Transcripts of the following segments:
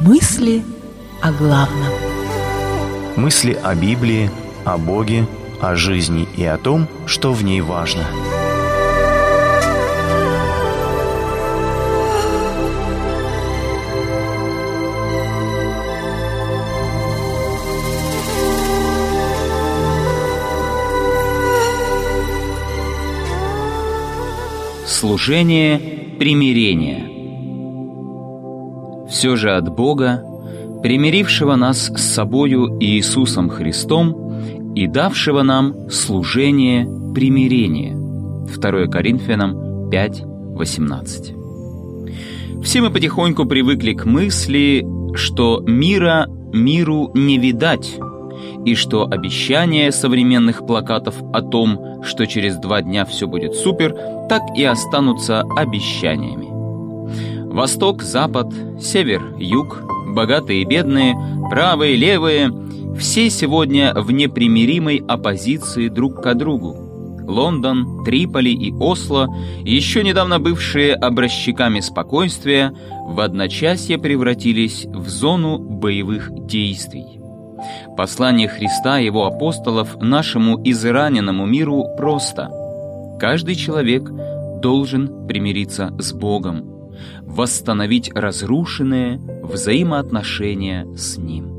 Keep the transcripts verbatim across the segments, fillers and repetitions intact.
Мысли о главном. Мысли о Библии, о Боге, о жизни и о том, что в ней важно. Служение примирения. Все же от Бога, примирившего нас с собою Иисусом Христом и давшего нам служение примирения. второе Коринфянам пять восемнадцать. Все мы потихоньку привыкли к мысли, что мира миру не видать, и что обещания современных плакатов о том, что через два дня все будет супер, так и останутся обещаниями. Восток, запад, север, юг, богатые и бедные, правые, левые – все сегодня в непримиримой оппозиции друг к другу. Лондон, Триполи и Осло, еще недавно бывшие образчиками спокойствия, в одночасье превратились в зону боевых действий. Послание Христа и его апостолов нашему израненному миру просто. Каждый человек должен примириться с Богом, восстановить разрушенные взаимоотношения с Ним.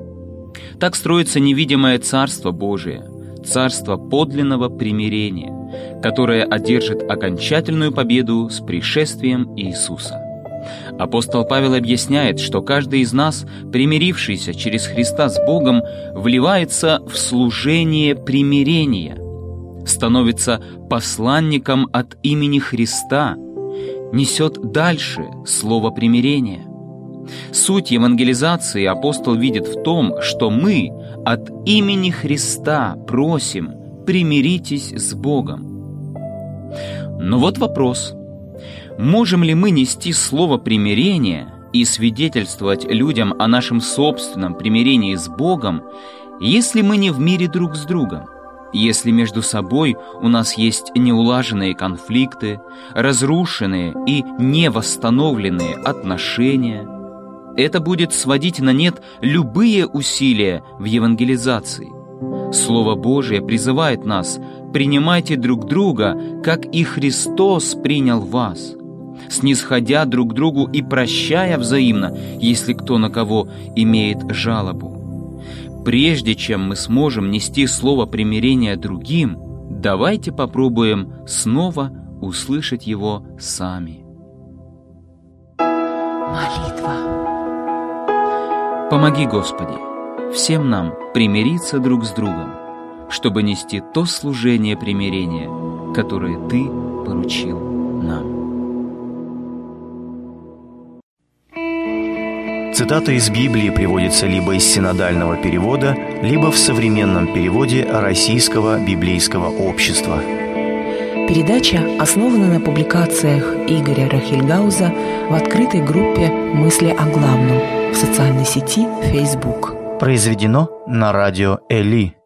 Так строится невидимое Царство Божие, Царство подлинного примирения, которое одержит окончательную победу с пришествием Иисуса. Апостол Павел объясняет, что каждый из нас, примирившийся через Христа с Богом, вливается в служение примирения, становится посланником от имени Христа, несет дальше слово примирения. Суть евангелизации апостол видит в том, что мы от имени Христа просим: примиритесь с Богом. Но вот вопрос. Можем ли мы нести слово примирения и свидетельствовать людям о нашем собственном примирении с Богом, если мы не в мире друг с другом, если между собой у нас есть неулаженные конфликты, разрушенные и невосстановленные отношения? Это будет сводить на нет любые усилия в евангелизации. Слово Божие призывает нас: принимайте друг друга, как и Христос принял вас, снисходя друг к другу и прощая взаимно, если кто на кого имеет жалобу. Прежде чем мы сможем нести слово примирения другим, давайте попробуем снова услышать его сами. Молитва. Помоги, Господи, всем нам примириться друг с другом, чтобы нести то служение примирения, которое Ты поручил нам. Цитата из Библии приводится либо из синодального перевода, либо в современном переводе Российского библейского общества. Передача основана на публикациях Игоря Рахильгауза в открытой группе «Мысли о главном» в социальной сети Facebook. Произведено на радио Эли.